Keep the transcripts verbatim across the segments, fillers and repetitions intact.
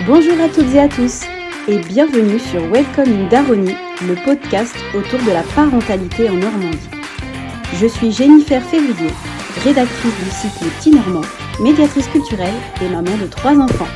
Bonjour à toutes et à tous et bienvenue sur Welcome in Daronie, le podcast autour de la parentalité en Normandie. Je suis Jennifer Février, rédactrice du site Le Petit Normand, médiatrice culturelle et maman de trois enfants.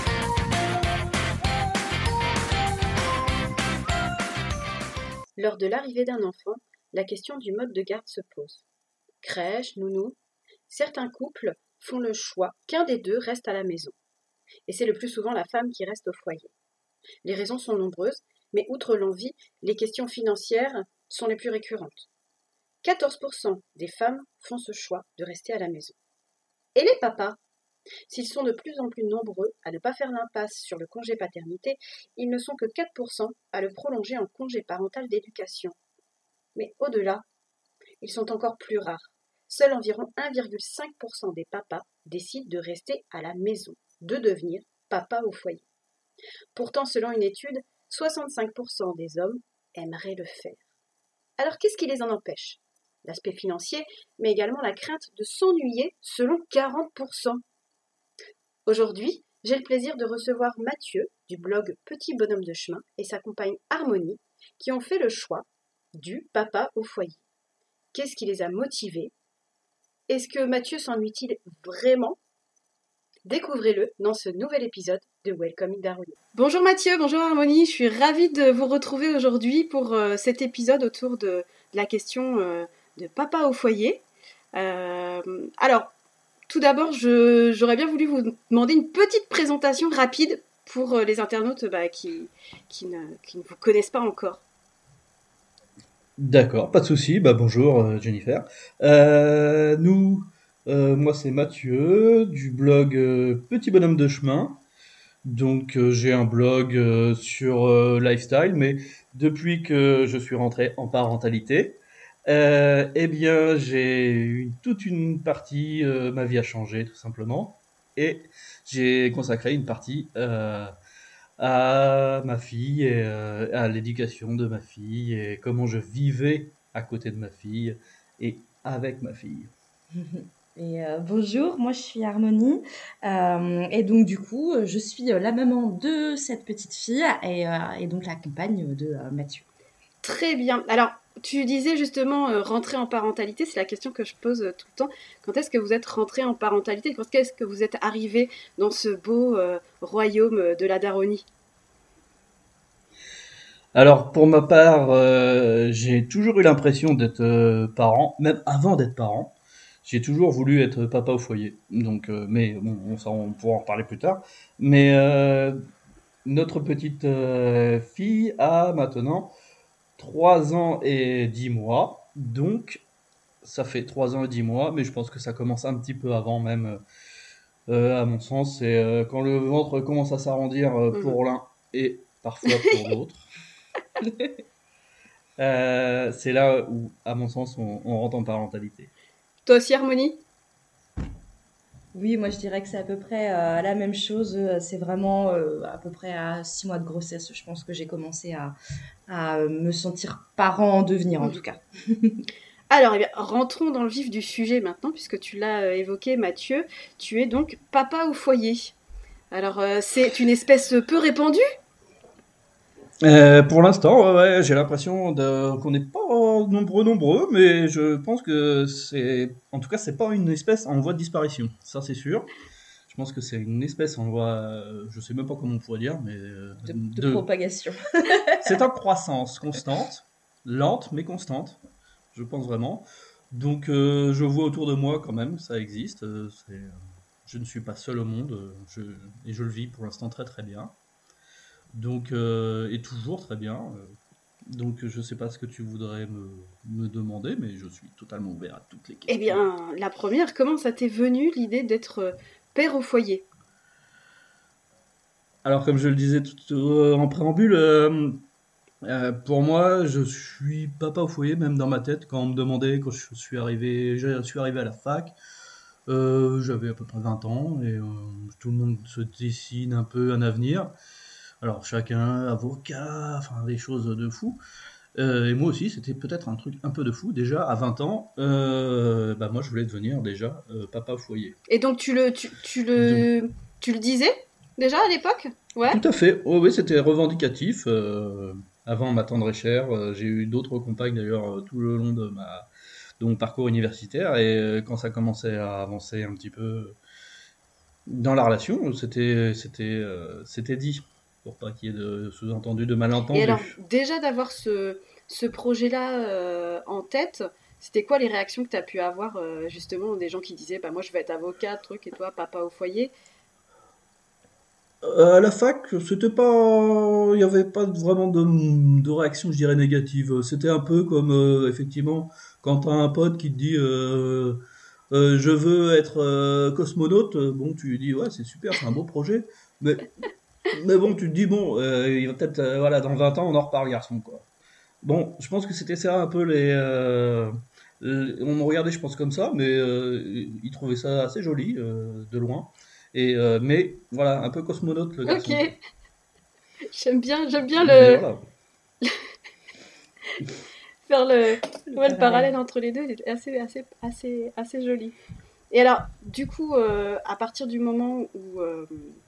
Lors de l'arrivée d'un enfant, la question du mode de garde se pose. Crèche, nounou, certains couples font le choix qu'un des deux reste à la maison. Et c'est le plus souvent la femme qui reste au foyer. Les raisons sont nombreuses, mais outre l'envie, les questions financières sont les plus récurrentes. quatorze pour cent des femmes font ce choix de rester à la maison. Et les papas? S'ils sont de plus en plus nombreux à ne pas faire l'impasse sur le congé paternité, ils ne sont que quatre pour cent à le prolonger en congé parental d'éducation. Mais au-delà, ils sont encore plus rares. Seul environ un virgule cinq pour cent des papas décident de rester à la maison, de devenir papa au foyer. Pourtant, selon une étude, soixante-cinq pour cent des hommes aimeraient le faire. Alors qu'est-ce qui les en empêche? L'aspect financier, mais également la crainte de s'ennuyer selon quarante pour cent. Aujourd'hui, j'ai le plaisir de recevoir Mathieu du blog Petit Bonhomme de Chemin et sa compagne Harmonie qui ont fait le choix du papa au foyer. Qu'est-ce qui les a motivés? Est-ce que Mathieu s'ennuie-t-il vraiment? Découvrez-le dans ce nouvel épisode de Welcome in Daronie. Bonjour Mathieu, bonjour Harmonie, je suis ravie de vous retrouver aujourd'hui pour euh, cet épisode autour de, de la question euh, de papa au foyer. Euh, alors, tout d'abord, je, j'aurais bien voulu vous demander une petite présentation rapide pour euh, les internautes bah, qui, qui, ne, qui ne vous connaissent pas encore. D'accord, pas de souci. Bah bonjour euh, Jennifer. Euh, nous, euh, moi c'est Mathieu du blog euh, Petit Bonhomme de Chemin. Donc euh, j'ai un blog euh, sur euh, lifestyle, mais depuis que je suis rentré en parentalité, euh, eh bien j'ai eu toute une partie, euh, ma vie a changé tout simplement, et j'ai consacré une partie euh, à ma fille et euh, à l'éducation de ma fille et comment je vivais à côté de ma fille et avec ma fille. Et euh, bonjour, moi je suis Harmonie euh, et donc du coup je suis la maman de cette petite fille et, euh, et donc la compagne de euh, Mathieu. Très bien. Alors, tu disais justement euh, rentrer en parentalité, c'est la question que je pose euh, tout le temps. Quand est-ce que vous êtes rentré en parentalité? Quand est-ce que vous êtes arrivé dans ce beau euh, royaume de la Daronie? Alors pour ma part, euh, j'ai toujours eu l'impression d'être euh, parent, même avant d'être parent. J'ai toujours voulu être papa au foyer. Donc, euh, mais bon, on, s'en- on pourra en reparler plus tard. Mais euh, notre petite euh, fille a maintenant trois ans et dix mois. Donc ça fait trois ans et dix mois, mais je pense que ça commence un petit peu avant même. Euh, à mon sens, c'est euh, quand le ventre commence à s'arrondir euh, Mhm. pour l'un et parfois pour l'autre. Euh, c'est là où, à mon sens, on, on rentre en parentalité. Toi aussi, Harmonie? Oui, moi je dirais que c'est à peu près euh, la même chose. Euh, C'est vraiment euh, à peu près à six mois de grossesse, je pense que j'ai commencé à, à me sentir parent en devenir en Mhm. tout cas. Alors, eh bien, rentrons dans le vif du sujet maintenant, puisque tu l'as euh, évoqué, Mathieu. Tu es donc papa au foyer. Alors, euh, c'est une espèce peu répandue? Euh, pour l'instant, ouais, ouais, j'ai l'impression de, qu'on n'est pas nombreux, nombreux, mais je pense que c'est, en tout cas, c'est pas une espèce en voie de disparition. Ça, c'est sûr. Je pense que c'est une espèce en voie, euh, je sais même pas comment on pourrait dire, mais euh, De, de de, propagation. c'est en croissance constante, lente mais constante. Je pense vraiment. Donc, euh, je vois autour de moi quand même, ça existe. euh, c'est, euh, je ne suis pas seul au monde, euh, je, et je le vis pour l'instant très très bien. Donc, euh, et toujours très bien. euh, donc, je ne sais pas ce que tu voudrais me, me demander, mais je suis totalement ouvert à toutes les questions. Eh bien, la première, comment ça t'est venu l'idée d'être euh, père au foyer? Alors, comme je le disais tout euh, en préambule, euh, euh, pour moi, je suis papa au foyer, même dans ma tête, quand on me demandait, quand je suis arrivé, je suis arrivé à la fac, euh, j'avais à peu près vingt ans, et euh, tout le monde se dessine un peu un avenir. Alors, chacun, avocat, enfin, des choses de fou. Euh, et moi aussi, c'était peut-être un truc un peu de fou. Déjà, à vingt ans, euh, bah moi, je voulais devenir déjà euh, papa au foyer. Et donc, tu le, tu, tu Donc, le, tu le disais? déjà à l'époque? Ouais. Tout à fait. Oh, oui, c'était revendicatif. Euh, avant ma tendre et chère, euh, j'ai eu d'autres compagnes d'ailleurs euh, tout le long de ma de mon parcours universitaire et euh, quand ça commençait à avancer un petit peu dans la relation, c'était c'était euh, c'était dit pour pas qu'il y ait de sous-entendu, de Et alors, malentendus. déjà d'avoir ce, ce projet-là euh, en tête, c'était quoi les réactions que tu as pu avoir euh, justement des gens qui disaient bah moi je vais être avocat, truc, et toi papa au foyer? Euh, À la fac, c'était pas, il n'y avait pas vraiment de, de réaction, je dirais, négative. C'était un peu comme, euh, effectivement, quand t'as un pote qui te dit, euh, euh, je veux être euh, cosmonaute, euh, bon, tu lui dis, ouais, c'est super, c'est un beau projet. Mais, mais bon, tu te dis, bon, euh, il va peut-être, euh, voilà, dans vingt ans, on en reparle, garçon, quoi. Bon, je pense que c'était ça un peu les, euh, les- on me regardait, je pense, comme ça, mais euh, ils trouvaient ça assez joli, euh, de loin. Et, euh, mais voilà, un peu cosmonaute, le Ok, garçon, quoi. j'aime bien, j'aime bien Mais le voilà. faire le, Le ouais, le parallèle parallèle. entre les deux, il est assez, assez, assez, assez joli. Et alors, du coup, euh, à partir du moment où, euh,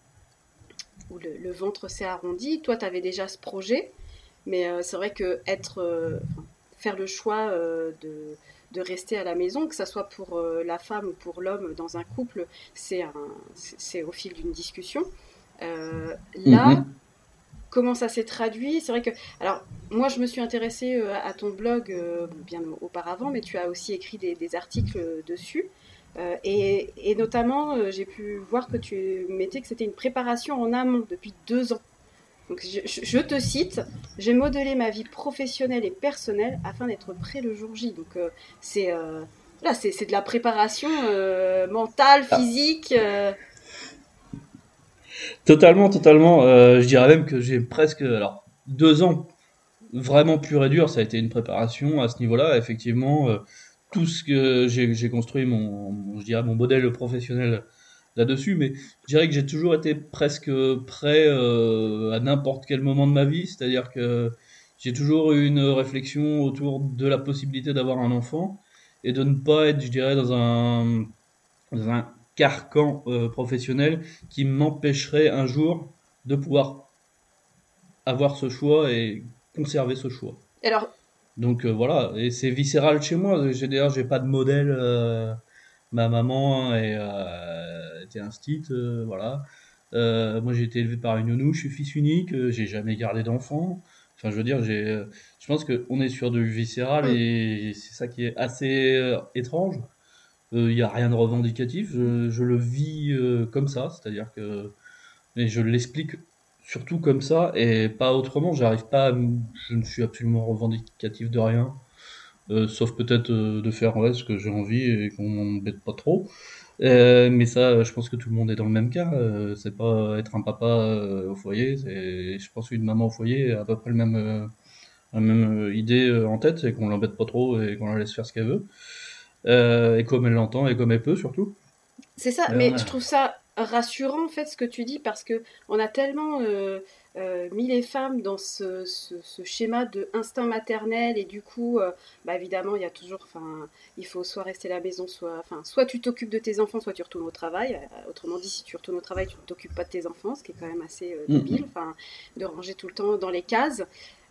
où le, le ventre s'est arrondi, toi, tu avais déjà ce projet, mais euh, c'est vrai que être, euh, enfin, faire le choix euh, de, de rester à la maison, que ça soit pour euh, la femme ou pour l'homme dans un couple, c'est un, c'est c'est au fil d'une discussion. Euh, là, Mhm. comment ça s'est traduit? C'est vrai que, alors, moi, je me suis intéressée euh, à ton blog euh, bon, bien auparavant, mais tu as aussi écrit des, des articles euh, dessus. Euh, et, et notamment, euh, j'ai pu voir que tu mettais que c'était une préparation en amont depuis deux ans. Donc, je, je- je te cite, j'ai modelé ma vie professionnelle et personnelle afin d'être prêt le jour J. Donc, euh, c'est euh, là, c'est c'est de la préparation euh, mentale, Ah, physique. euh. totalement, totalement. Euh, je dirais même que j'ai presque, alors, deux ans vraiment pur et dur, ça a été une préparation à ce niveau-là. Effectivement, euh, tout ce que j'ai j'ai construit mon, mon- je dirais mon modèle professionnel là-dessus, mais je dirais que j'ai toujours été presque prêt euh, à n'importe quel moment de ma vie, c'est-à-dire que j'ai toujours eu une réflexion autour de la possibilité d'avoir un enfant et de ne pas être, je dirais, dans un dans un carcan euh, professionnel qui m'empêcherait un jour de pouvoir avoir ce choix et conserver ce choix. Alors, Donc euh, voilà, et c'est viscéral chez moi. J'ai d'ailleurs j'ai pas de modèle. Euh, ma maman est, euh, était instite, euh, voilà. Euh, moi j'ai été élevé par une nounou, je suis fils unique, euh, j'ai jamais gardé d'enfant. Enfin je veux dire, j'ai, euh, je pense que on est sur du viscéral hum, et c'est ça qui est assez euh, étrange. Il y a rien de revendicatif, je, je le vis euh, comme ça, c'est-à-dire que et je l'explique surtout comme ça et pas autrement. J'arrive pas, à m- je ne suis absolument revendicatif de rien, euh, sauf peut-être euh, de faire ouais, ce que j'ai envie et qu'on m'embête pas trop. Euh, mais ça, je pense que tout le monde est dans le même cas. Euh, c'est pas être un papa euh, au foyer. C'est, je pense qu'une maman au foyer a à peu près le même, euh, la même euh, idée euh, en tête, c'est qu'on l'embête pas trop et qu'on la laisse faire ce qu'elle veut. Euh, et comme elle l'entend et comme elle peut surtout. c'est ça, Euh, mais on je a- trouve ça rassurant en fait ce que tu dis parce que on a tellement euh, euh, mis les femmes dans ce, ce- ce schéma de instinct maternel et du coup, euh, bah évidemment, il y a toujours, enfin, il faut soit rester à la maison, soit, enfin, soit tu t'occupes de tes enfants, soit tu retournes au travail. Euh, autrement dit, si tu retournes au travail, tu ne t'occupes pas de tes enfants, ce qui est quand même assez euh, Mm, débile, mm. enfin, de ranger tout le temps dans les cases.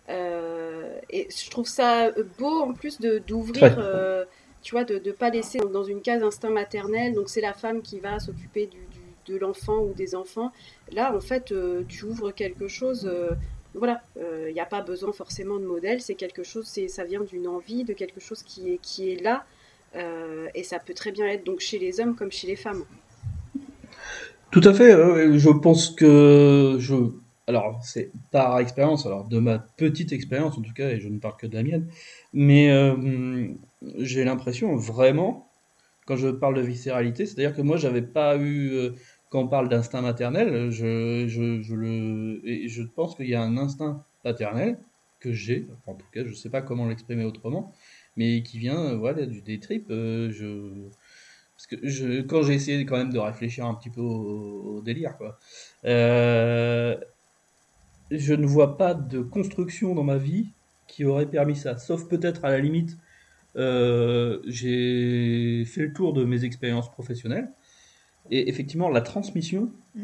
Euh, et je trouve ça beau en plus de d'ouvrir, Très. euh, tu vois, de ne pas laisser dans une case instinct maternel. Donc c'est la femme qui va s'occuper du, du- de l'enfant ou des enfants. Là, en fait, euh, tu ouvres quelque chose. Euh, voilà, il n'y a pas besoin forcément de modèle. C'est quelque chose, c'est, ça vient d'une envie, de quelque chose qui est, qui est là. Euh, et ça peut très bien être donc chez les hommes comme chez les femmes. Tout à fait. euh, Je pense que je. Alors, c'est par expérience, alors de ma petite expérience en tout cas, et je ne parle que de la mienne, mais euh, j'ai l'impression vraiment, quand je parle de viscéralité, c'est-à-dire que moi, j'avais pas eu. euh, Quand on parle d'instinct maternel, je, je, je le. Et je pense qu'il y a un instinct paternel que j'ai, enfin, en tout cas, je sais pas comment l'exprimer autrement, mais qui vient, euh, voilà, du des tripes. euh, je parce que je, quand j'ai essayé quand même de réfléchir un petit peu au, au délire, quoi, euh, je ne vois pas de construction dans ma vie qui aurait permis ça. Sauf peut-être à la limite, euh, j'ai fait le tour de mes expériences professionnelles. Et effectivement, la transmission,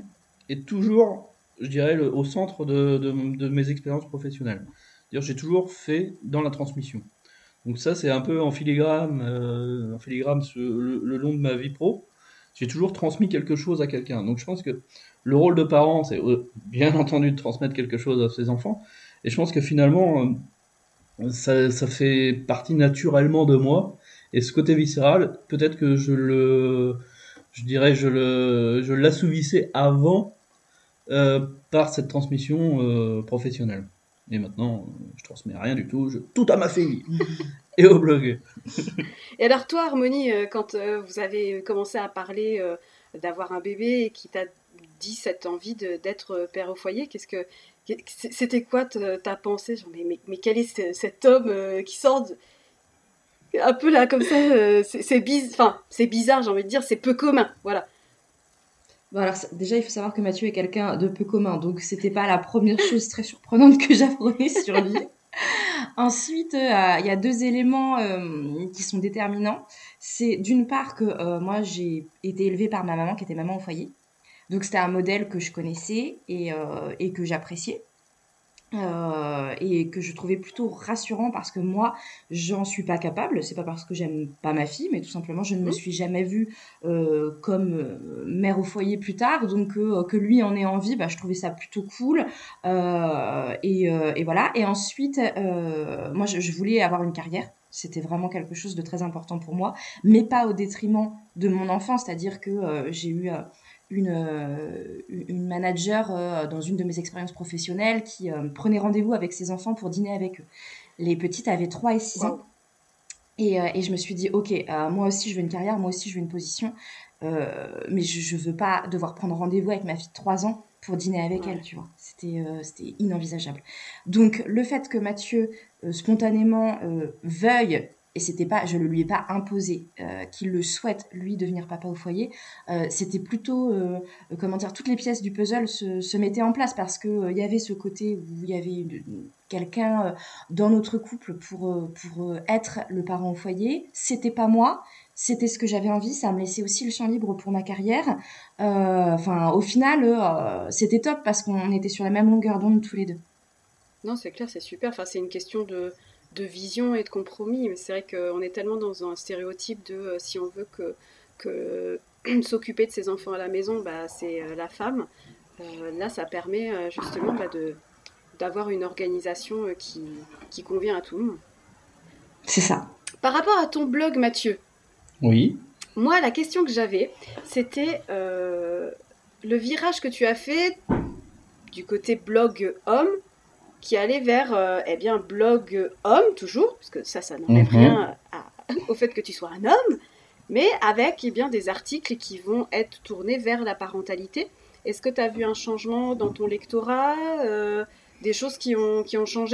est toujours, je dirais, le, au centre de, de, de mes expériences professionnelles. C'est-à-dire, j'ai toujours fait dans la transmission. Donc ça, c'est un peu en filigrane, euh, en filigrane ce, le, le long de ma vie pro. J'ai toujours transmis quelque chose à quelqu'un. Donc je pense que le rôle de parent, c'est euh, bien entendu de transmettre quelque chose à ses enfants. Et je pense que finalement, euh, ça, ça fait partie naturellement de moi. Et ce côté viscéral, peut-être que je le, je dirais, je le, je l'assouvissais avant euh, par cette transmission euh, professionnelle. Et maintenant, je transmets rien du tout. Je, tout à ma fille et au blog. Et alors toi, Harmonie, euh, quand euh, vous avez commencé à parler euh, d'avoir un bébé et qui t'a dit cette envie de, d'être père au foyer, qu'est-ce que c'était quoi ta, ta pensée, genre, mais, mais, mais quel est ce, cet homme euh, qui sort de, un peu là comme ça, euh, c'est, c'est, biz, enfin, c'est bizarre, j'ai envie de dire, c'est peu commun, voilà. Bon, alors, déjà, il faut savoir que Mathieu est quelqu'un de peu commun, donc c'était pas la première chose très surprenante que j'apprenais sur lui. Ensuite, il euh, y a deux éléments euh, qui sont déterminants. C'est d'une part que euh, moi, j'ai été élevée par ma maman qui était maman au foyer. Donc, c'était un modèle que je connaissais et, euh, et que j'appréciais. Euh, et que je trouvais plutôt rassurant parce que moi j'en suis pas capable, c'est pas parce que j'aime pas ma fille, mais tout simplement je ne me suis jamais vue euh, comme euh, mère au foyer plus tard, donc euh, que lui en ait envie, bah, je trouvais ça plutôt cool euh, et, euh, et voilà. Et ensuite euh, moi je, je voulais avoir une carrière, c'était vraiment quelque chose de très important pour moi, mais pas au détriment de mon enfant, c'est-à-dire que euh, j'ai eu euh, Une, euh, une manager euh, dans une de mes expériences professionnelles qui euh, prenait rendez-vous avec ses enfants pour dîner avec eux. Les petites avaient trois et six wow. ans. Et, euh, et je me suis dit, ok, euh, moi aussi je veux une carrière, moi aussi je veux une position, euh, mais je ne veux pas devoir prendre rendez-vous avec ma fille de trois ans pour dîner avec ouais. elle, tu vois. C'était, euh, c'était inenvisageable. Donc le fait que Mathieu euh, spontanément euh, veuille, et c'était pas, je ne lui ai pas imposé euh, qu'il le souhaite, lui, devenir papa au foyer, euh, c'était plutôt, euh, comment dire, toutes les pièces du puzzle se, se mettaient en place parce qu'il euh, y avait ce côté où il y avait une, une, quelqu'un euh, dans notre couple pour, euh, pour euh, être le parent au foyer. C'était pas moi, c'était ce que j'avais envie, ça me laissait aussi le champ libre pour ma carrière. Enfin, euh, au final, euh, c'était top parce qu'on était sur la même longueur d'onde tous les deux. Non, c'est clair, c'est super. Enfin, c'est une question de... de vision et de compromis, mais c'est vrai qu'on est tellement dans un stéréotype de euh, si on veut que, que s'occuper de ses enfants à la maison, bah, c'est euh, la femme. Euh, là, ça permet euh, justement bah, de, d'avoir une organisation euh, qui, qui convient à tout le monde. C'est ça. Par rapport à ton blog, Mathieu. Oui. Moi, la question que j'avais, c'était euh, le virage que tu as fait du côté blog homme qui allait vers euh, eh bien, blog homme, toujours, parce que ça, ça n'enlève mm-hmm. rien à, au fait que tu sois un homme, mais avec eh bien, des articles qui vont être tournés vers la parentalité. Est-ce que tu as vu un changement dans ton lectorat, euh, des choses qui ont, qui ont changé ?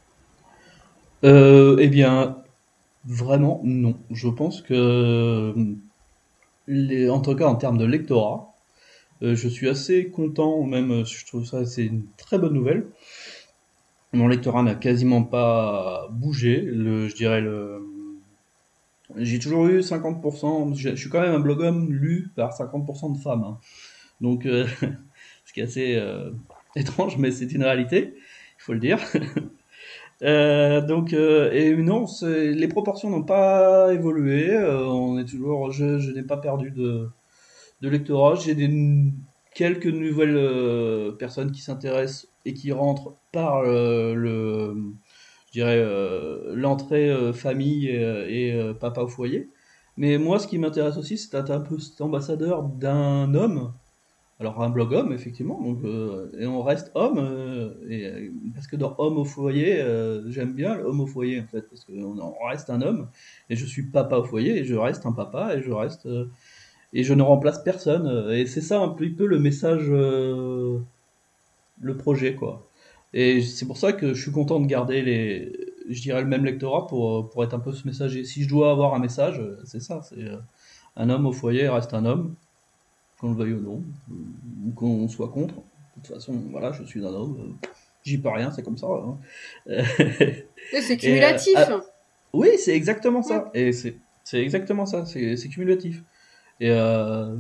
euh, Eh bien, vraiment, non. Je pense que, les, en tout cas en termes de lectorat, euh, je suis assez content, même je trouve ça c'est une très bonne nouvelle. Mon lectorat n'a quasiment pas bougé. Le, je dirais le. J'ai toujours eu cinquante pour cent. Je, je suis quand même un blog homme lu par cinquante pour cent de femmes. Hein. Donc, euh, ce qui est assez euh, étrange, mais c'est une réalité. Il faut le dire. euh, donc, euh, et non, c'est, les proportions n'ont pas évolué. Euh, on est toujours. Je, je n'ai pas perdu de, de lectorat. J'ai des quelques nouvelles euh, personnes qui s'intéressent et qui rentrent par euh, le, je dirais, euh, l'entrée euh, famille et, et euh, papa au foyer. Mais moi, ce qui m'intéresse aussi, c'est d'être un peu cet ambassadeur d'un homme. Alors, un blog homme, effectivement, donc, euh, et on reste homme, euh, et, parce que dans homme au foyer, euh, j'aime bien l'homme au foyer, en fait, parce qu'on on reste un homme, et je suis papa au foyer, et je reste un papa, et je reste... Euh, et je ne remplace personne, et c'est ça un petit peu le message, euh, le projet, quoi. Et c'est pour ça que je suis content de garder les, je dirais le même lectorat pour, pour être un peu ce messager. Si je dois avoir un message, c'est ça, c'est un homme au foyer reste un homme, qu'on le veuille ou non, ou qu'on soit contre. De toute façon, voilà, je suis un homme, j'y peux rien, c'est comme ça. Hein. C'est cumulatif. Et, ah, oui, c'est exactement ça. Ouais. Et c'est, c'est exactement ça, c'est, c'est cumulatif. Et, euh,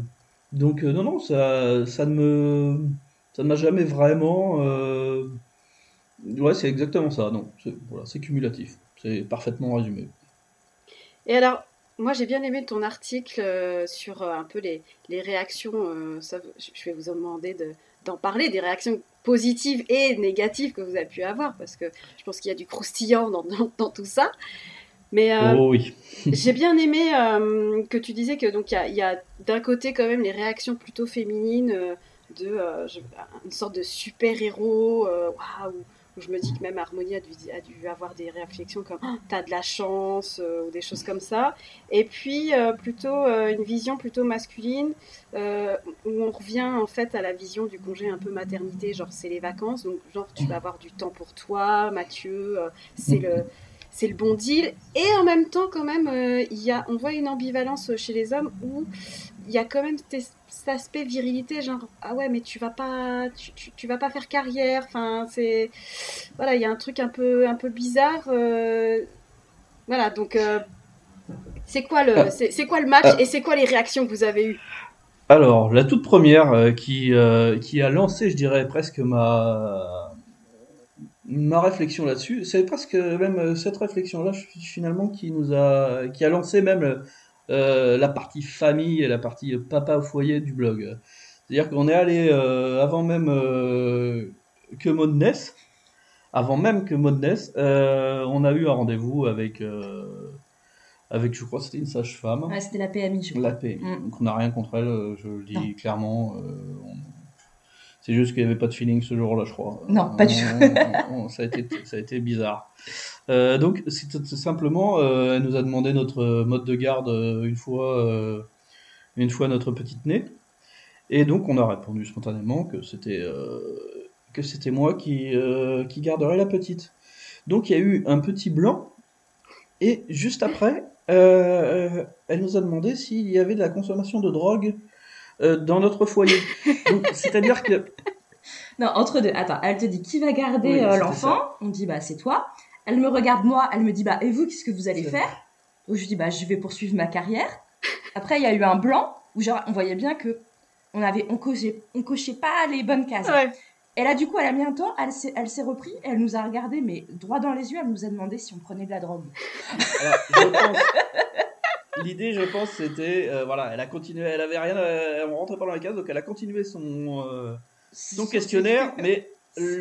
Donc euh, non, non, ça, ça ne me, ça ne m'a jamais vraiment. euh, Ouais, c'est exactement ça. Non, c'est, voilà, c'est cumulatif. C'est parfaitement résumé. Et alors, moi j'ai bien aimé ton article euh, sur euh, un peu les, les réactions. Euh, ça, je vais vous en demander de, d'en parler, des réactions positives et négatives que vous avez pu avoir, parce que je pense qu'il y a du croustillant dans, dans, dans tout ça. Mais euh, Oh oui. j'ai bien aimé euh, que tu disais que donc il y a, il y a d'un côté quand même les réactions plutôt féminines euh, de euh, je- une sorte de super héros euh, waouh, où je me dis que même Harmonie a dû, a dû avoir des réflexions comme oh, t'as de la chance euh, ou des choses comme ça, et puis euh, plutôt euh, une vision plutôt masculine euh, où on revient en fait à la vision du congé un peu maternité, genre c'est les vacances, donc genre tu vas avoir du temps pour toi Mathieu, euh, c'est le c'est le bon deal. Et en même temps, quand même, euh, il y a, on voit une ambivalence chez les hommes où il y a quand même cet, cet aspect virilité, genre ah ouais, mais tu vas pas, tu, tu, tu vas pas faire carrière. Enfin, c'est voilà, il y a un truc un peu un peu bizarre. euh, voilà, donc euh, c'est quoi le Ah, c'est, c'est quoi le match et ah, c'est quoi les réactions que vous avez eues? alors, la toute première euh, qui, euh, qui a lancé, je dirais, presque ma, ma réflexion là-dessus, c'est presque même euh, cette réflexion-là, finalement, qui nous a, qui a lancé même euh, la partie famille et la partie papa au foyer du blog. C'est-à-dire qu'on est allé, euh, avant même euh, que Maud naisse, avant même que Maud naisse, euh, on a eu un rendez-vous avec, euh, avec, je crois, que c'était une sage-femme, Ouais, c'était la P M I, je la crois. P M I. Mm. Donc on n'a rien contre elle, euh, je le Non, dis clairement. euh, on- C'est juste qu'il n'y avait pas de feeling ce jour-là, je crois. non, pas du tout. On- on- ça, a été, ça a été bizarre. Euh, donc, c'est tout simplement, euh, elle nous a demandé notre mode de garde euh, une fois, euh, une fois notre petite née. Et donc, on a répondu spontanément que c'était euh, que c'était moi qui, euh, qui garderais la petite. Donc, il y a eu un petit blanc. Et juste après, euh, elle nous a demandé s'il y avait de la consommation de drogue euh, dans notre foyer. Donc, c'est-à-dire que... Non, entre deux. Attends, elle te dit qui va garder Oui, euh, c'était l'enfant. ça. On dit bah c'est toi. Elle me regarde moi, elle me dit bah et vous qu'est-ce que vous allez C'est- faire? Donc je dis bah je vais poursuivre ma carrière. Après il y a eu un blanc où genre on voyait bien que on avait on cochait on cochait pas les bonnes cases. Ouais. Et là du coup elle a mis un temps, elle s'est elle s'est repris, elle nous a regardé mais droit dans les yeux, elle nous a demandé si on prenait de la drogue. Alors, je pense... L'idée, je pense, c'était... euh, voilà, elle a continué, elle avait rien... euh, on rentrait pas dans la case, donc elle a continué son, euh, son questionnaire, mais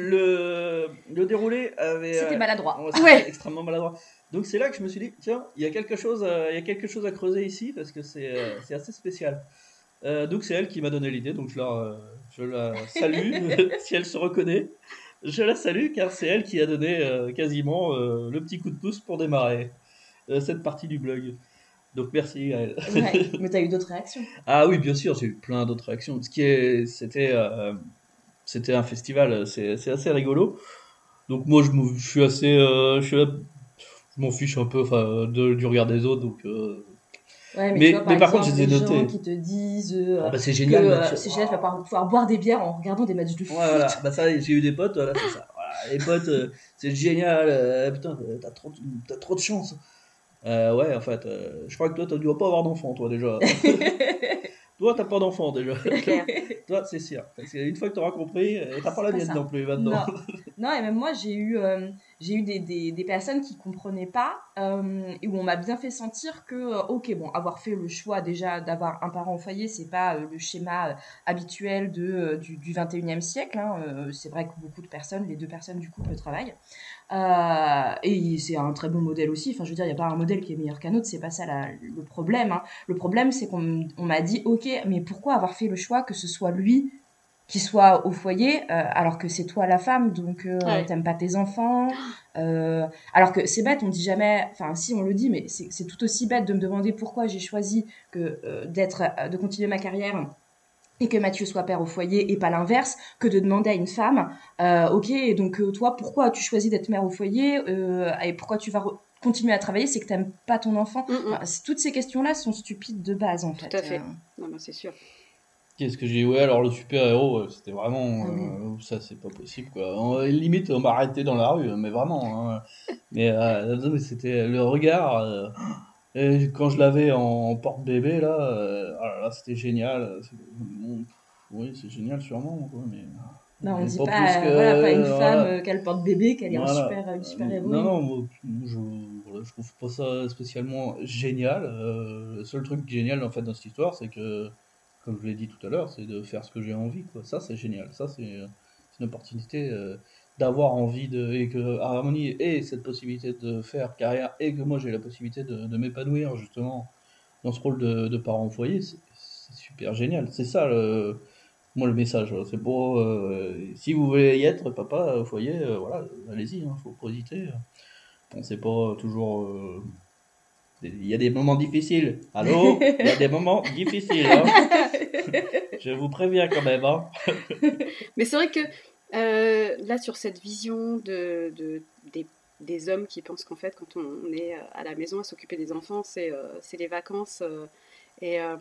le, le déroulé avait... C'était euh, maladroit. ouais, c'était Ouais. extrêmement maladroit. Donc c'est là que je me suis dit, tiens, il y a quelque chose, euh, il y a quelque chose à creuser ici, parce que c'est euh, c'est assez spécial. Euh, donc c'est elle qui m'a donné l'idée, donc je la, euh, je la salue, si elle se reconnaît. Je la salue, car c'est elle qui a donné euh, quasiment euh, le petit coup de pouce pour démarrer euh, cette partie du blog. Donc merci à elle. Ouais. Mais t'as eu d'autres réactions. Ah oui, bien sûr, j'ai eu plein d'autres réactions. Ce qui est, c'était, euh, c'était un festival, c'est, c'est assez rigolo. Donc moi, je, me- je suis assez, euh, je, suis là- je m'en fiche un peu, enfin, de- du regard des autres. Donc, euh, Ouais, mais tu vois, mais, par mais par contre, je exemple, les ai les gens notés. qui te disent euh, Oh bah c'est que génial, euh, Mathieu. c'est génial, tu vas pouvoir, pouvoir boire des bières en regardant des matchs de Ouais, foot. voilà, bah ça, j'ai eu des potes, voilà, c'est ça. Voilà, les potes, euh, c'est génial. euh, putain, t'as trop, de- t'as trop de chance. Euh, ouais, en fait, euh, je crois que toi, tu dois pas avoir d'enfant, toi déjà. Toi, t'as pas d'enfant déjà. C'est clair. Toi, c'est sûr. Parce qu'une fois que t'auras compris, et t'as pas C'est la pas mienne ça. non plus maintenant. Non. Non, et même moi, j'ai eu, euh, j'ai eu des, des, des personnes qui comprenaient pas, euh, et où on m'a bien fait sentir que, euh, ok, bon, avoir fait le choix déjà d'avoir un parent au foyer, c'est pas euh, le schéma euh, habituel de, euh, du, du vingt et unième siècle. Hein. Euh, c'est vrai que beaucoup de personnes, les deux personnes du couple travaillent. Euh, et c'est un très bon modèle aussi. Enfin, je veux dire, il n'y a pas un modèle qui est meilleur qu'un autre, c'est pas ça la- le problème. Hein. Le problème, c'est qu'on on m'a dit, ok, mais pourquoi avoir fait le choix que ce soit lui qui soit au foyer, euh, alors que c'est toi la femme, donc euh, Ouais. t'aimes pas tes enfants. Euh, alors que c'est bête, on dit jamais, enfin si on le dit, mais c'est, c'est tout aussi bête de me demander pourquoi j'ai choisi que euh, d'être, euh, de continuer ma carrière et que Mathieu soit père au foyer et pas l'inverse, que de demander à une femme, euh, ok, et donc euh, toi, pourquoi as-tu choisi d'être mère au foyer euh, et pourquoi tu vas re- continuer à travailler, c'est que t'aimes pas ton enfant. Mm, mm. Enfin, c'est- toutes ces questions-là sont stupides de base en fait. Tout à fait. Euh, Non, mais c'est sûr. Qu'est-ce que j'ai dit? Ouais, alors le super-héros, euh, c'était vraiment. Ah oui. euh, ça, c'est pas possible, quoi. On- limite, on m'a arrêté dans la rue, mais vraiment. Hein. Mais, euh, non, mais c'était le regard. euh, Et quand je l'avais en porte-bébé, là, euh, ah là, là, c'était génial. C'est- bon, oui, c'est génial sûrement, quoi, mais... Non, on mais dit pas pas, plus euh, que... voilà, pas une euh, femme voilà. euh, qu'elle porte bébé, qu'elle est un Voilà. super, une Euh, super non, héroïne. non, moi, je, voilà, je trouve pas ça spécialement génial. Euh, le seul truc génial, en fait, dans cette histoire, c'est que, comme je l'ai dit tout à l'heure, c'est de faire ce que j'ai envie, quoi. Ça, c'est génial. Ça, c'est euh, c'est une opportunité euh, d'avoir envie de... Et que Harmonie ait cette possibilité de faire carrière et que moi, j'ai la possibilité de, de m'épanouir, justement, dans ce rôle de, de parent au foyer, c'est c'est super génial. C'est ça, le, moi, le message. Voilà. C'est pour... euh, si vous voulez y être, papa, au foyer, euh, voilà, allez-y, hein, faut pas hésiter. Bon, c'est pas toujours... euh, il y a des moments difficiles. Allô? Il y a des moments difficiles, hein. Je vous préviens quand même, hein. Mais c'est vrai que euh, là, sur cette vision de, de- des, des hommes qui pensent qu'en fait, quand on est à la maison à s'occuper des enfants, c'est euh, c'est les vacances. euh, et euh,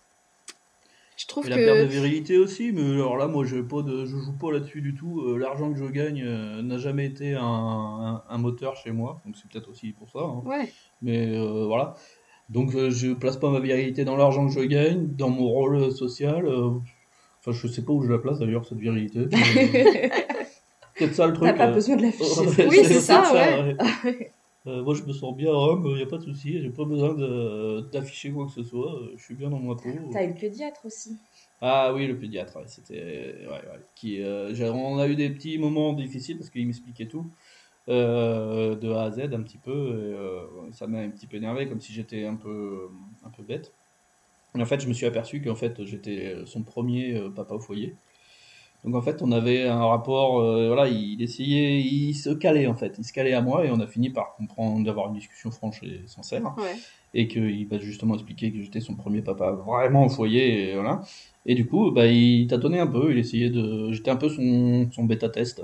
je trouve Et la perte de que... virilité aussi, mais alors là, moi, je pas de, je joue pas là-dessus du tout. Euh, l'argent que je gagne euh, n'a jamais été un, un- un moteur chez moi, donc c'est peut-être aussi pour ça, hein. Ouais. Mais euh, voilà. Donc euh, je place pas ma virilité dans l'argent que je gagne, dans mon rôle social. euh, Enfin, je sais pas où je la place d'ailleurs, cette virilité. mais- Peut-être ça le T'as truc. pas euh. besoin de l'afficher, Ouais, c'est Oui, c'est c'est ça, ça. ouais. ouais. Euh, moi, je me sens bien homme, il n'y a pas de souci, j'ai pas besoin de- d'afficher quoi que ce soit, euh, je suis bien dans ma peau. T'as eu le pédiatre aussi. Ah oui, le pédiatre, ouais, c'était. Ouais, ouais. Qui, euh, j'ai- on a eu des petits moments difficiles parce qu'il m'expliquait tout, euh, de A à Z un petit peu, et, euh, ça m'a un petit peu énervé, comme si j'étais un peu, un peu bête. Et en fait, je me suis aperçu qu'en fait, j'étais son premier euh, papa au foyer. Donc en fait, on avait un rapport, euh, voilà, il essayait, il se calait en fait, il se calait à moi et on a fini par comprendre, d'avoir une discussion franche et sincère, Ouais. et qu'il m'a justement expliqué que j'étais son premier papa vraiment au foyer, et voilà. Et du coup, bah, il tâtonnait un peu, il essayait de, j'étais un peu son, son bêta test.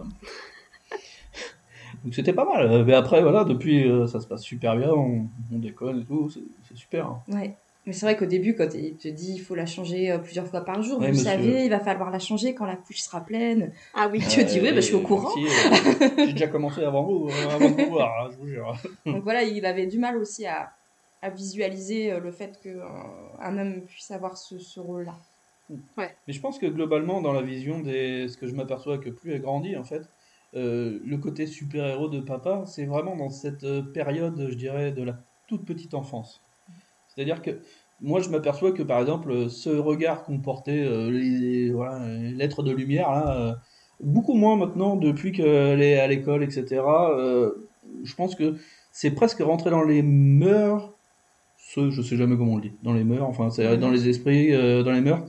Donc c'était pas mal. Mais après, voilà, depuis, euh, ça se passe super bien, on, on déconne et tout, c'est c'est super, hein. Ouais. Mais c'est vrai qu'au début, quand il te dit il faut la changer euh, plusieurs fois par jour, Ouais, vous monsieur. savez, il va falloir la changer quand la couche sera pleine. Ah oui. Tu te dis, oui, bah, je suis au et courant. aussi, euh, j'ai déjà commencé avant vous, euh, avant de vous voir, hein, je vous jure. Donc voilà, il avait du mal aussi à, à visualiser euh, le fait qu'un un homme puisse avoir ce, ce rôle-là. Ouais. Mais je pense que globalement, dans la vision des... ce que je m'aperçois que plus elle grandit, en fait, euh, le côté super-héros de papa, c'est vraiment dans cette euh, période, je dirais, de la toute petite enfance. C'est-à-dire que moi, je m'aperçois que, par exemple, euh, ce regard qu'ont porté euh, les, voilà, les lettres de lumière, là, euh, beaucoup moins maintenant, depuis qu'elle est à l'école, et cetera, euh, je pense que c'est presque rentré dans les mœurs, ce, je sais jamais comment on le dit, dans les mœurs, enfin, c'est dans Mhm. les esprits, euh, dans les mœurs.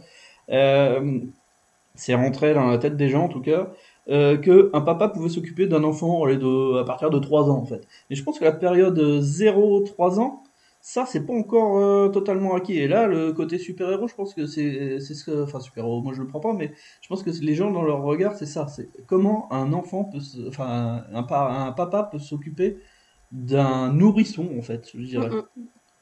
Euh, c'est rentré dans la tête des gens en tout cas, euh, que un papa pouvait s'occuper d'un enfant allez, de, à partir de trois ans en fait. Et je pense que la période zéro trois ans, ça c'est pas encore euh, totalement acquis. Et là, le côté super-héros, je pense que c'est c'est ce que... Enfin, super-héros, moi je le prends pas, mais je pense que les gens dans leur regard, c'est ça. C'est comment un enfant peut... se- Enfin, un, pa- un papa peut s'occuper d'un nourrisson en fait, je dirais. Mm,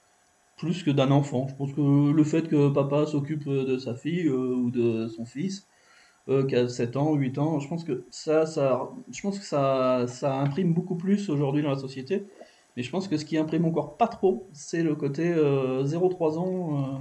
Plus que d'un enfant. Je pense que le fait que papa s'occupe de sa fille euh, ou de son fils, euh, qui a sept ans, huit ans. Je pense que ça, ça, je pense que ça, ça imprime beaucoup plus aujourd'hui dans la société. Mais je pense que ce qui imprime encore pas trop, c'est le côté euh, zéro trois ans. euh,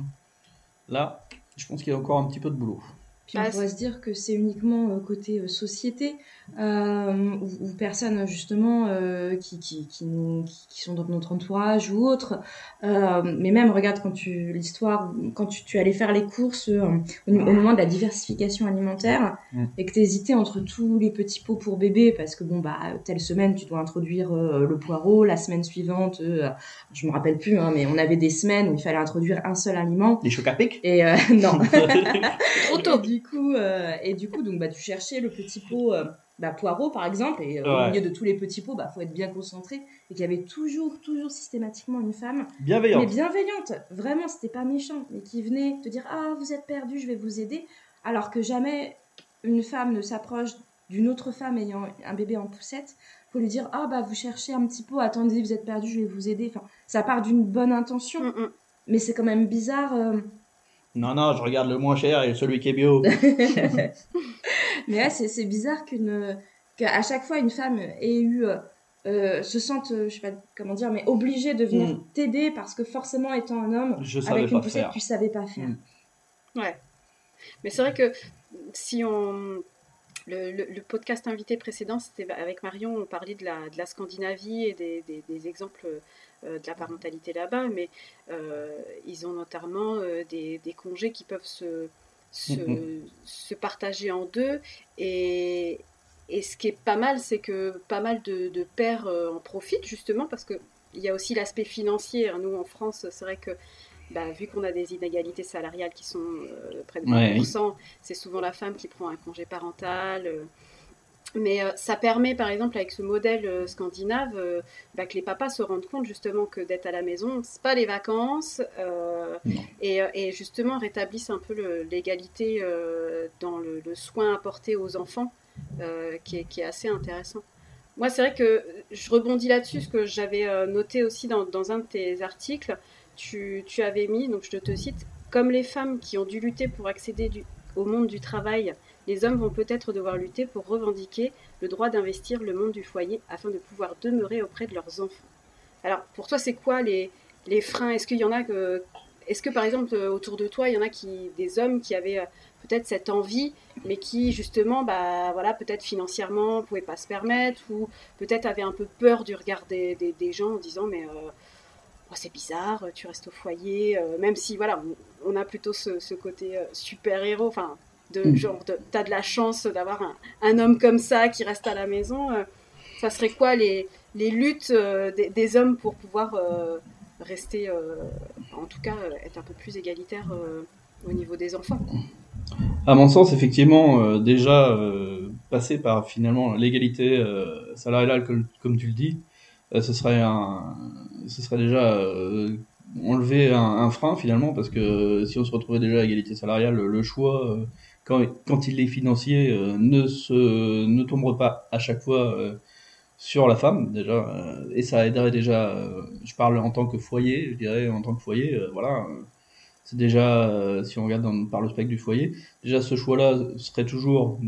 là, je pense qu'il y a encore un petit peu de boulot. Puis on Bah, pourrait c'est- se dire que c'est uniquement euh, côté euh, société, euh, ou, ou personnes justement euh, qui, qui, qui, nous- qui, qui sont dans notre entourage ou autres. Euh, mais même, regarde, quand tu l'histoire, quand tu, tu allais faire les courses euh, au, au moment de la diversification alimentaire, Mm. et que tu hésitais entre tous les petits pots pour bébé, parce que bon, bah, telle semaine, tu dois introduire euh, le poireau, la semaine suivante, euh, je me rappelle plus, hein, mais on avait des semaines où il fallait introduire un seul aliment. Les chocs à pic. Et euh, non. Trop tôt. Et du coup, euh, et du coup, donc bah tu cherchais le petit pot euh, bah, poireau par exemple, et euh, au Ouais. milieu de tous les petits pots, bah faut être bien concentré, et qu'il y avait toujours, toujours systématiquement une femme, mais Bienveillante. bienveillante, vraiment, c'était pas méchant, mais qui venait te dire ah vous êtes perdu, je vais vous aider, alors que jamais une femme ne s'approche d'une autre femme ayant un bébé en poussette pour lui dire ah bah vous cherchez un petit pot, attendez vous êtes perdu, je vais vous aider. Enfin, ça part d'une bonne intention, Mm, mm. mais c'est quand même bizarre. euh, Non, non, je regarde le moins cher et celui qui est bio. Mais là, c'est, c'est bizarre qu'une, qu'à chaque fois une femme ait eu euh, euh, se sentent, euh, je sais pas comment dire, mais obligés de venir Mm. t'aider parce que forcément étant un homme, Je savais avec pas une poussette, faire. tu savais pas faire. Mm. Ouais. Mais c'est vrai que si on... Le, le, le podcast invité précédent, c'était avec Marion, on parlait de la, de la Scandinavie et des, des, des exemples euh, de la parentalité là-bas, mais euh, ils ont notamment euh, des, des congés qui peuvent se, se, Mm-hmm. se partager en deux. Et, et ce qui est pas mal, c'est que pas mal de, de pères euh, en profitent justement parce qu'il y a aussi l'aspect financier. Nous, en France, c'est vrai que bah, vu qu'on a des inégalités salariales qui sont euh, près de Ouais. vingt pour cent, c'est souvent la femme qui prend un congé parental. Euh, mais euh, ça permet, par exemple, avec ce modèle euh, scandinave, euh, bah, que les papas se rendent compte justement que d'être à la maison, c'est pas les vacances, euh, et, et, justement rétablissent un peu le, l'égalité euh, dans le, le soin apporté aux enfants, euh, qui, est, qui est assez intéressant. Moi, c'est vrai que je rebondis là-dessus, ce que j'avais euh, noté aussi dans, dans un de tes articles. Tu, tu avais mis, donc je te cite, comme les femmes qui ont dû lutter pour accéder du, au monde du travail, les hommes vont peut-être devoir lutter pour revendiquer le droit d'investir le monde du foyer afin de pouvoir demeurer auprès de leurs enfants. Alors, pour toi, c'est quoi les, les freins? Est-ce qu'il y en a que, est-ce que par exemple autour de toi, il y en a qui, des hommes qui avaient euh, peut-être cette envie, mais qui justement, bah voilà, peut-être financièrement, pouvaient pas se permettre, ou peut-être avaient un peu peur du regard des, des, des gens en disant, mais euh, oh, c'est bizarre, tu restes au foyer, euh, même si voilà, on, on a plutôt ce, ce côté euh, super héros, enfin, de Mm. genre, de, t'as de la chance d'avoir un, un homme comme ça qui reste à la maison. Euh, ça serait quoi les, les luttes euh, des, des hommes pour pouvoir euh, rester, euh, en tout cas, euh, être un peu plus égalitaire euh, au niveau des enfants? À mon sens, effectivement, euh, déjà euh, passer par finalement l'égalité euh, salariale, comme, comme tu le dis, euh, ce serait un, ce serait déjà euh, enlever un, un frein finalement, parce que euh, si on se retrouvait déjà à égalité salariale, le choix euh, quand, quand il est financier euh, ne se ne tombe pas à chaque fois euh, sur la femme déjà, euh, et ça aiderait déjà. Euh, je parle en tant que foyer, je dirais en tant que foyer, euh, voilà. Euh, c'est déjà, euh, si on regarde dans, par le spectre du foyer, déjà ce choix-là serait toujours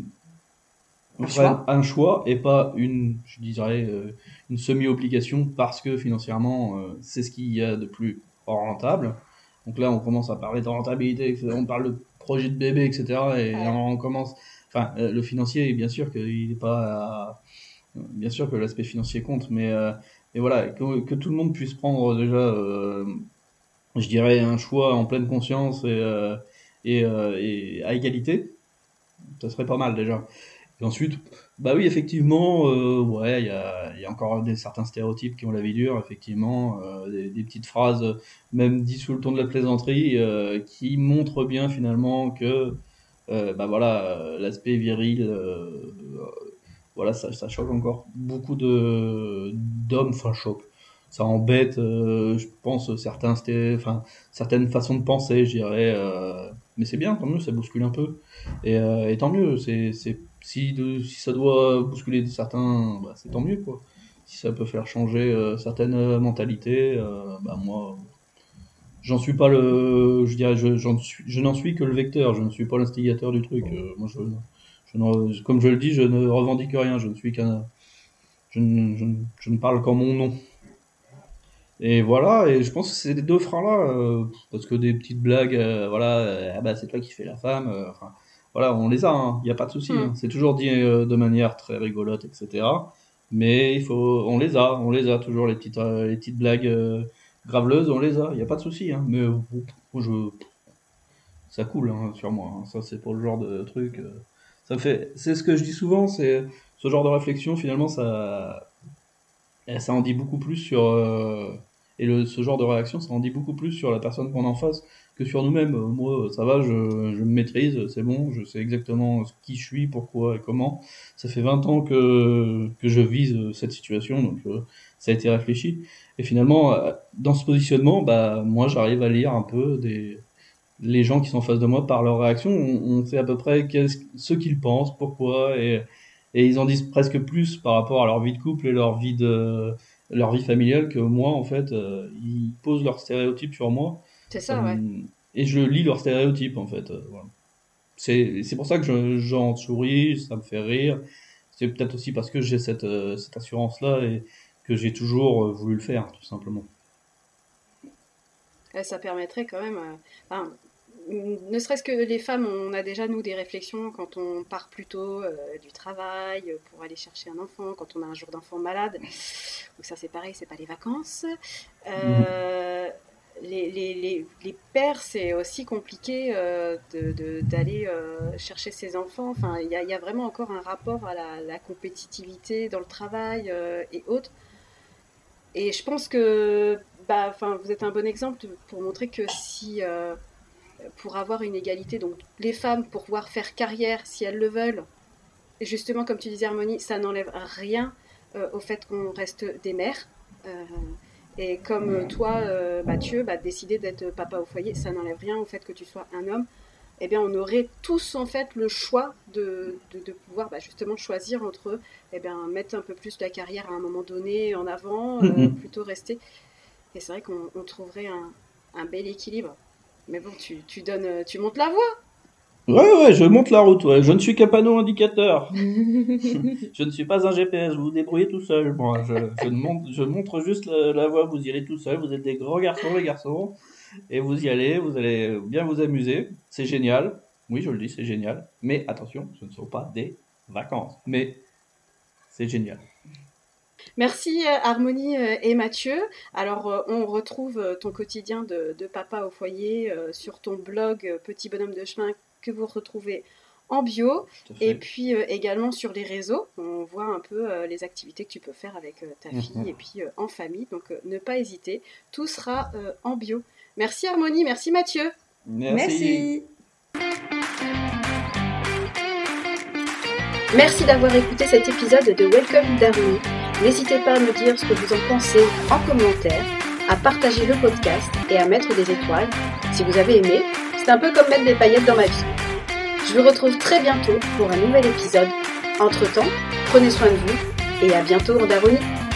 Un vrai, choix. un choix et pas une, je dirais, euh, une semi-obligation parce que financièrement, euh, c'est ce qu'il y a de plus rentable. Donc là, on commence à parler de rentabilité, on parle de projet de bébé, et cetera. Et Ouais. on commence, enfin, euh, le financier, bien sûr qu'il n'est pas, à, bien sûr que l'aspect financier compte, mais, euh, mais voilà, que, que tout le monde puisse prendre déjà. Euh, je dirais un choix en pleine conscience et, euh, et, euh, et à égalité, ça serait pas mal déjà. Et ensuite, bah oui, effectivement, euh, ouais, il y a, y a encore des, certains stéréotypes qui ont la vie dure, effectivement, euh, des, des petites phrases, même dites sous le ton de la plaisanterie, euh, qui montrent bien finalement que, euh, bah voilà, euh, l'aspect viril, euh, voilà, ça, ça choque encore beaucoup de d'hommes, enfin choque. Ça embête, euh, je pense, certains, sté- enfin, certaines façons de penser, je dirais. Euh, mais c'est bien, tant mieux, ça bouscule un peu. Et, euh, et tant mieux, c'est, c'est, si, de, si ça doit bousculer certains, bah, c'est tant mieux, quoi. Si ça peut faire changer euh, certaines mentalités, euh, bah moi, j'en suis pas le, je dirais, je, j'en suis, je n'en suis que le vecteur, je ne suis pas l'instigateur du truc. Euh, moi, je, je ne, comme je le dis, je ne revendique rien, je ne suis qu'un, je ne, je, ne, je ne parle qu'en mon nom. Et voilà, et je pense que c'est les deux freins-là, euh, parce que des petites blagues, euh, voilà, euh, ah bah c'est toi qui fais la femme, euh, enfin, voilà, on les a, il hein, n'y a pas de souci, Mm. hein, c'est toujours dit euh, de manière très rigolote, et cetera. Mais il faut, on les a, on les a toujours les petites, euh, les petites blagues euh, graveleuses, on les a, il n'y a pas de souci, hein, mais euh, moi je, ça coule hein, sur moi, hein, ça c'est pour le genre de truc, euh, ça me fait, c'est ce que je dis souvent, c'est ce genre de réflexion finalement ça, et ça en dit beaucoup plus sur euh, et le, ce genre de réaction ça en dit beaucoup plus sur la personne qu'on est en face que sur nous-mêmes. Euh, moi ça va, je, je me maîtrise, c'est bon, je sais exactement qui je suis, pourquoi et comment. Ça fait vingt ans que, que je vise cette situation, donc euh, ça a été réfléchi. Et finalement, euh, dans ce positionnement, bah moi j'arrive à lire un peu des les gens qui sont en face de moi par leur réaction. On, on sait à peu près qu'est-ce, ce qu'ils pensent, pourquoi, et, et ils en disent presque plus par rapport à leur vie de couple et leur vie de leur vie familiale que moi en fait. Euh, ils posent leurs stéréotypes sur moi. C'est Ça ça, ouais. me... Et je lis leurs stéréotypes en fait. Euh, voilà. C'est, c'est pour ça que je, j'en souris, ça me fait rire. C'est peut-être aussi parce que j'ai cette, euh, cette assurance-là et que j'ai toujours euh, voulu le faire, tout simplement. Et ça permettrait quand même, euh, enfin, ne serait-ce que les femmes, on a déjà nous des réflexions quand on part plus tôt euh, du travail pour aller chercher un enfant, quand on a un jour d'enfant malade. Donc ça c'est pareil, c'est pas les vacances. Euh, mmh. les, les, les, les pères, c'est aussi compliqué euh, de, de, d'aller euh, chercher ses enfants. Enfin, il y a, y a vraiment encore un rapport à la, la compétitivité dans le travail euh, et autres. Et je pense que bah, vous êtes un bon exemple pour montrer que si... Euh, pour avoir une égalité, donc les femmes pour pouvoir faire carrière si elles le veulent, et justement comme tu disais Harmonie, ça n'enlève rien euh, au fait qu'on reste des mères, euh, et comme toi euh, Mathieu, bah, décider d'être papa au foyer, ça n'enlève rien au fait que tu sois un homme. Eh bien on aurait tous en fait le choix de, de, de pouvoir bah, justement choisir entre eh bien, mettre un peu plus la carrière à un moment donné en avant, euh, mm-hmm. plutôt rester, et c'est vrai qu'on on trouverait un, un bel équilibre. Mais bon, tu, tu donnes, tu montes la voie. Ouais, ouais, je monte la route. Ouais. Je ne suis qu'un panneau indicateur. Je ne suis pas un G P S. Vous vous débrouillez tout seul. Moi, je, je, montre, je montre juste la, la voie. Vous y allez tout seul. Vous êtes des grands garçons, les garçons, et vous y allez. Vous allez bien vous amuser. C'est génial. Oui, je le dis, c'est génial. Mais attention, ce ne sont pas des vacances. Mais c'est génial. Merci Harmonie et Mathieu. Alors on retrouve ton quotidien de, de papa au foyer euh, sur ton blog Petit Bonhomme de Chemin que vous retrouvez en bio et puis euh, également sur les réseaux. On voit un peu euh, les activités que tu peux faire avec euh, ta fille mmh. et puis euh, en famille. Donc euh, ne pas hésiter, tout sera euh, en bio. Merci Harmonie, merci Mathieu. Merci. Merci. Merci d'avoir écouté cet épisode de Welcome d'Harmonie. N'hésitez pas à me dire ce que vous en pensez en commentaire, à partager le podcast et à mettre des étoiles. Si vous avez aimé, c'est un peu comme mettre des paillettes dans ma vie. Je vous retrouve très bientôt pour un nouvel épisode. Entre-temps, prenez soin de vous et à bientôt en Daronie.